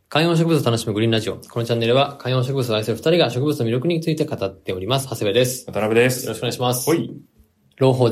観葉植物を楽しむグリーンラジオ。このチャンネルは観葉植物を愛する二人が植物の魅力について語っております。長谷部です。 渡辺です。 よろしくお願いします。 はい。 朗報です。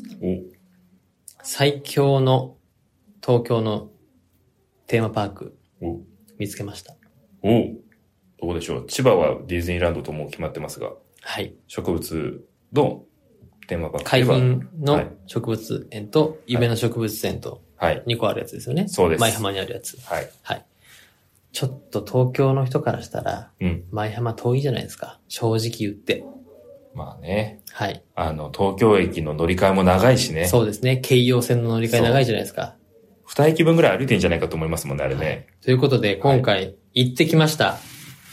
最強の東京のテーマパーク見つけました。 どうでしょう。千葉はディズニーランドともう決まってますが。 はい。 植物のテーマパーク。 海浜の植物園と夢の植物園と2個あるやつですよね。 そうです。 舞浜にあるやつ。 はい。 はい。ちょっと東京の人からしたら、舞浜遠いじゃないですか。正直言って。 まあね。 はい。 東京駅の乗り換えも長いしね。 そうですね。京葉線の乗り換え長いじゃないですか。 2駅分ぐらい歩いてんじゃないかと思いますもんね、あれね。はい、 ということで、今回行ってきました。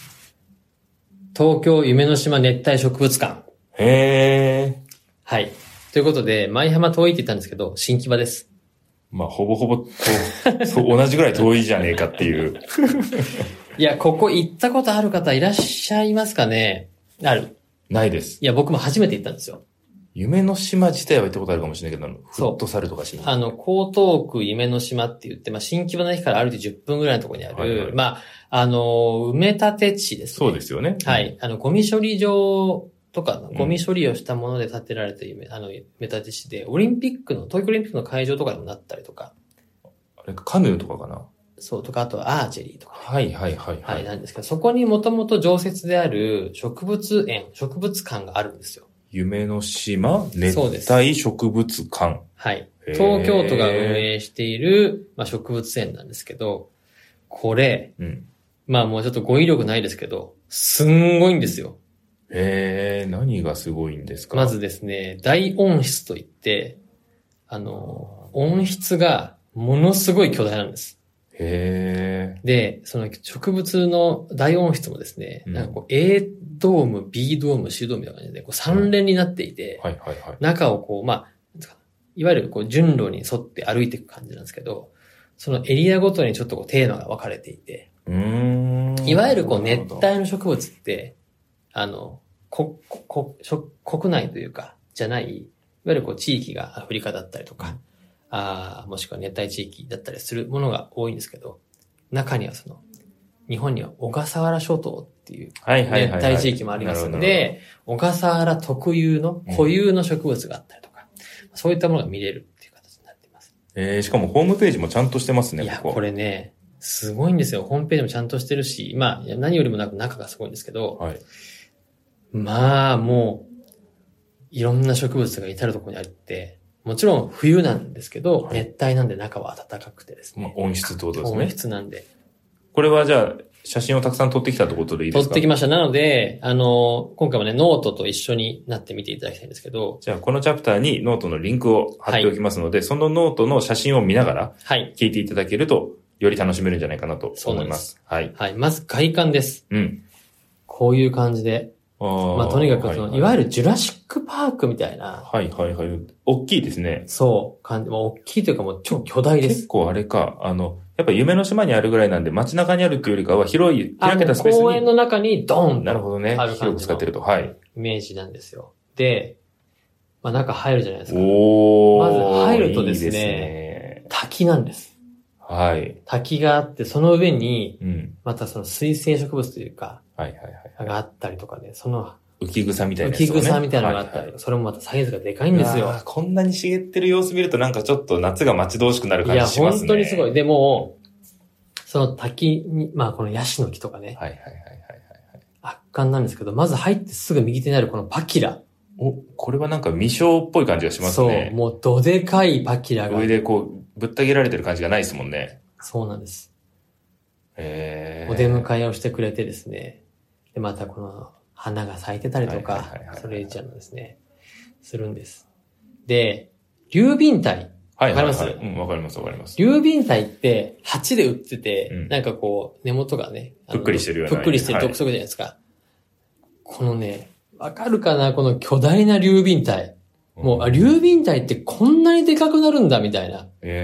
東京夢の島熱帯植物館。 へー。 はい。ということで、舞浜遠いって言ったんですけど、新木場です。 まあ、ほぼほぼ同じぐらい遠いじゃねえかっていう。 いや、ここ行ったことある方いらっしゃいますかね？ ないです。 いや、僕も初めて行ったんですよ。 夢の島自体は行ったことあるかもしれないけど、フットサルとかしに。 江東区夢の島って言って、新木場の駅から歩いて10分ぐらいのところにある、埋め立て地ですね。 そうですよね。 はい。ゴミ処理場とか、ゴミ処理をしたもので建てられた埋め立て地で、東京オリンピックの会場とかにもなったりとか。 あれ、カヌーとかかな？ そうとか、あとはアーチェリーとか、 ね。はい。 はい、なんですけど、そこにもともと常設である植物館があるんですよ。 夢の島熱帯植物館。 はい。東京都が運営している、植物園なんですけど、これ、もうちょっと語彙力ないですけど、すんごいんですよ。 何がすごいんですか？ まずですね、大温室といって、温室がものすごい巨大なんです。で、その植物の大温室もですね、A ドーム、B ドーム、C ドームみたいな感じで、3連になっていて、中をいわゆる順路に沿って歩いていく感じなんですけど、そのエリアごとにちょっとテーマが分かれていて、いわゆる熱帯の植物って、国内というか、じゃない、いわゆる地域がアフリカだったりとか、もしくは熱帯地域だったりするものが多いんですけど、中には日本には小笠原諸島っていう熱帯地域もありますので、小笠原特有の固有の植物があったりとか、そういったものが見れるっていう形になっています。 しかもホームページもちゃんとしてますね、 いや、これね、すごいんですよ。ホームページもちゃんとしてるし、何よりもなく中がすごいんですけど、もう、いろんな植物が至るところにあって、もちろん冬なんですけど、熱帯なんで中は暖かくてですね。 温室ってことですね。 温室なんで。 これはじゃあ、写真をたくさん撮ってきたってことでいいですか？ 撮ってきました。なので、今回もね、ノートと一緒になって見ていただきたいんですけど。 じゃあ、このチャプターにノートのリンクを貼っておきますので、そのノートの写真を見ながら、聞いていただけると、より楽しめるんじゃないかなと思います。はい。 まず外観です。こういう感じで。とにかくいわゆるジュラシックパークみたいな。 大きいですね。 そう。大きいというかもう超巨大です。 結構あれか、やっぱ夢の島にあるぐらいなんで、街中にあるっていうよりかは広い、開けたスペースに。 公園の中にドーンと。 なるほどね。広く使ってると。 イメージなんですよ。で、中入るじゃないですか。まず入るとですね、滝なんです。滝があって、その上に、また水生植物というか、があったりとかね、 浮草みたいなやつ、 浮草みたいなのがあったり、それもまたサイズがでかいんですよ。 こんなに茂ってる様子見るとなんかちょっと夏が待ち遠しくなる感じしますね。いや、 本当にすごい。でも、その滝に、このヤシの木とかね。圧巻なんですけど、まず入ってすぐ右手にあるこのパキラ。 これはなんか未生っぽい感じがしますね。 そう、もうどでかいパキラが。 上でぶった切られてる感じがないですもんね。 そうなんです。お出迎えをしてくれてですね。で、またこの花が咲いてたりとか、それじゃのですね、するんです。で、竜敏体。わかります？ わかります。 竜敏体って鉢で売ってて、なんか根元がね、 ぷっくりしてるような。 ぷっくりしてる独特じゃないですか。このね、わかるかな？この巨大な竜敏体。もう、竜敏体ってこんなにでかくなるんだ、みたいな。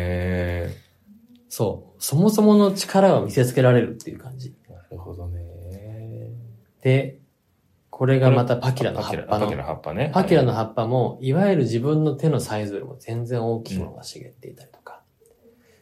そう。そもそもの力を見せつけられるっていう感じ。 なるほどね。 で、これがまたパキラの葉っぱの。 パキラの葉っぱね。 パキラの葉っぱも、いわゆる自分の手のサイズよりも全然大きいものが茂っていたりとか。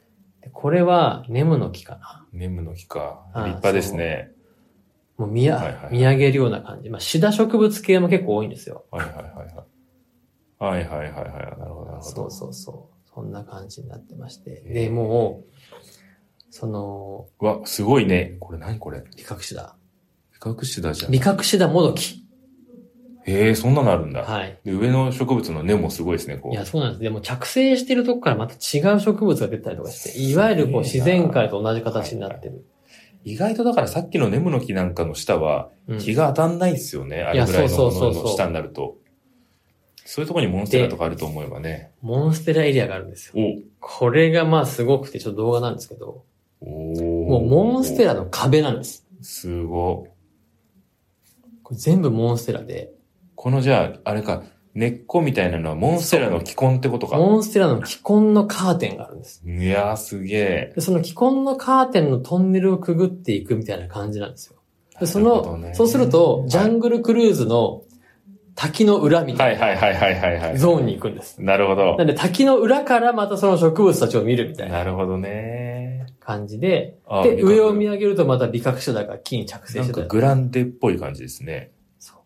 これはネムの木かな。 ネムの木か。立派ですね。 もう見上げるような感じ。まあ、シダ植物系も結構多いんですよ。 はいはいはいはい。はいはいはいはい。なるほどなるほど。 そうそうそう。そんな感じになってまして。で、もう、 うわ、すごいね。これ何これ？ ビカクシダ。 ビカクシダじゃん。 ビカクシダもどき。 へえ、そんなのあるんだ。 はい。 で、上の植物の根もすごいですね、こう。 いや、そうなんです。でも着生してるとこからまた違う植物が出たりとかして、いわゆるこう自然界と同じ形になってる。 意外とだからさっきのネムの木なんかの下は、日が当たんないですよね。あれぐらいのものの下になると。そういうところにモンステラとかあると思えばね。 モンステラエリアがあるんですよ。これがまあすごくて、ちょっと動画なんですけど。もうモンステラの壁なんです。 すごい。 これ全部モンステラで。 このじゃあ、あれか、根っこみたいなのはモンステラの気根ってことか。 モンステラの気根のカーテンがあるんです。 いやーすげえ。 で、その気根のカーテンのトンネルをくぐっていくみたいな感じなんですよ。で、そうすると、ジャングルクルーズの滝の裏みたいなゾーンに行くんです。 なるほど。 なんで滝の裏からまたその植物たちを見るみたいな。 なるほどね。 感じで、で、上を見上げるとまたビカクシダが木に着生してた。 なんかグランデっぽい感じですね。そう。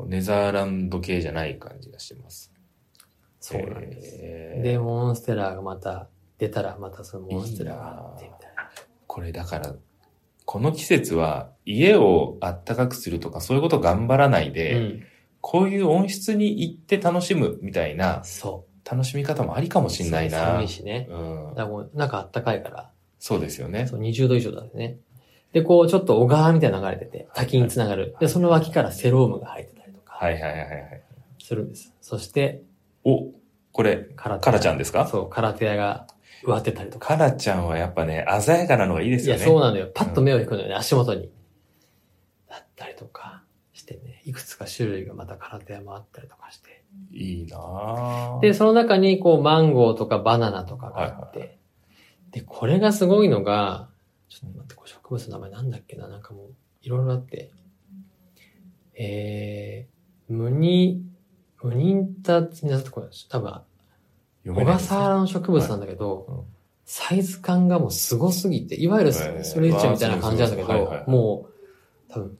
ネザーランド系じゃない感じがしてます。 そうなんです。で、モンステラがまた出たらまたそのモンステラがあってみたいな。 これだから、この季節は家をあったかくするとかそういうこと頑張らないで、こういう温室に行って楽しむみたいな、楽しみ方もありかもしんないな。 寒いしね。だからもう中あったかいから。 そうですよね。 そう、20度以上だね。で、こうちょっと小川みたいなのが流れてて、滝につながる。で、その脇からセロームが生えてたりとか。するんです。そして、 これ、カラちゃんですか？ そう、カラテアが植わってたりとか。 カラちゃんはやっぱね、鮮やかなのがいいですよね。 いや、そうなのよ。パッと目を引くのよね、足元に。だったりとかしてね、いくつか種類がまたカラテアもあったりとかして。 いいなぁ。 で、その中にこう、マンゴーとかバナナとかがあって。で、これがすごいのが、ちょっと待って、これ植物の名前なんだっけな、なんかもう、いろいろあって。ムニンタツミナってこれ多分、小笠原の植物なんだけど、サイズ感がもうすごすぎて、いわゆるストレッチみたいな感じなんだけど、もう、多分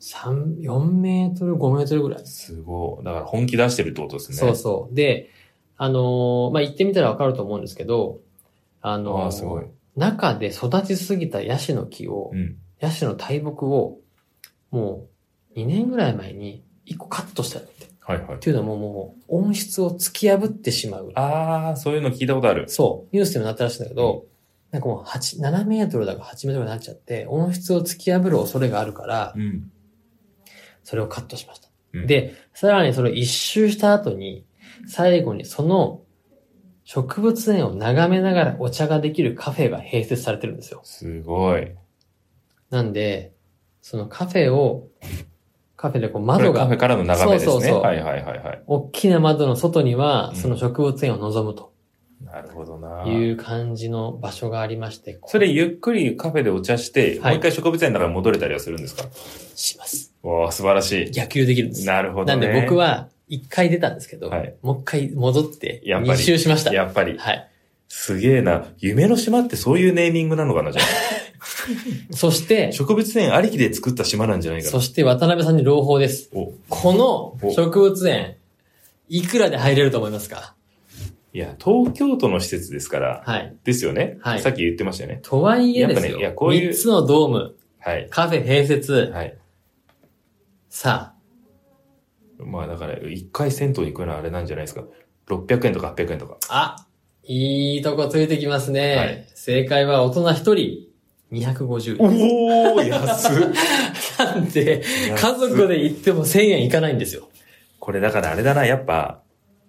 4メートル、5メートルぐらい。 すごい。だから本気出してるってことですね。 そうそう。で、まあ、行ってみたらわかると思うんですけど、 すごい。 中で育ちすぎたヤシの木を、ヤシの大木を、もう2年ぐらい前に1個カットしたって。っていうのももう温室を突き破ってしまう。 そういうの聞いたことある。 そう。ニュースでもなったらしいんだけど、なんかもう7メートルだか8メートルになっちゃって、温室を突き破る恐れがあるから、それをカットしました。で、さらにそれを一周した後に、最後にその植物園を眺めながらお茶ができるカフェが併設されてるんですよ。 すごい。 なんで、そのカフェでこう窓が。 カフェからの眺めですね。 そうそうそう。 はい。 大きな窓の外には、その植物園を望むと。 なるほどな。 いう感じの場所がありまして。 それゆっくりカフェでお茶して、もう一回植物園の中に戻れたりはするんですか？ します。 わあ、素晴らしい。 逆流できるんです。 なるほどね。 なんで僕は一回出たんですけど、もう一回戻って二周しました。 やっぱり。 はい。 すげえな。夢の島ってそういうネーミングなのかな、じゃあ。 そして、 植物園ありきで作った島なんじゃないかな。 そして渡辺さんに朗報です。この植物園、いくらで入れると思いますか？ いや、東京都の施設ですから。ですよね。さっき言ってましたよね。 とはいえですよ。いや、こういう。3つのドーム。カフェ併設。さあ。まあだから、1回銭湯に行くのはあれなんじゃないですか。600円とか800円とか。 いいとこついてきますね。正解は大人1人。250円。 おー、安っ。 なんで、家族で行っても1000円いかないんですよ。 これだからあれだな、やっぱ、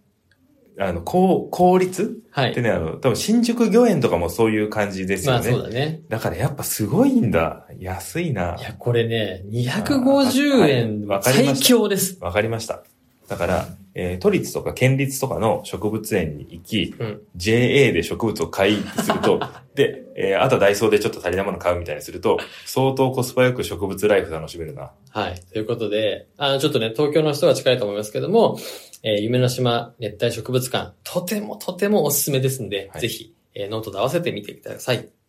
効率ってね、多分新宿御苑とかもそういう感じですよね。 そうだね。 だからやっぱすごいんだ。安いな。 いや、これね、250円は最強です。 わかりました。だから、都立とか県立とかの植物園に行き、JA で植物を買いすると、で、あとはダイソーでちょっと足りないもの買うみたいにすると、相当コスパよく植物ライフ楽しめるな。 はい。ということで、ちょっとね、東京の人は近いと思いますけども、夢の島熱帯植物館、とてもおすすめですんで、ぜひ、ノートと合わせてみてください。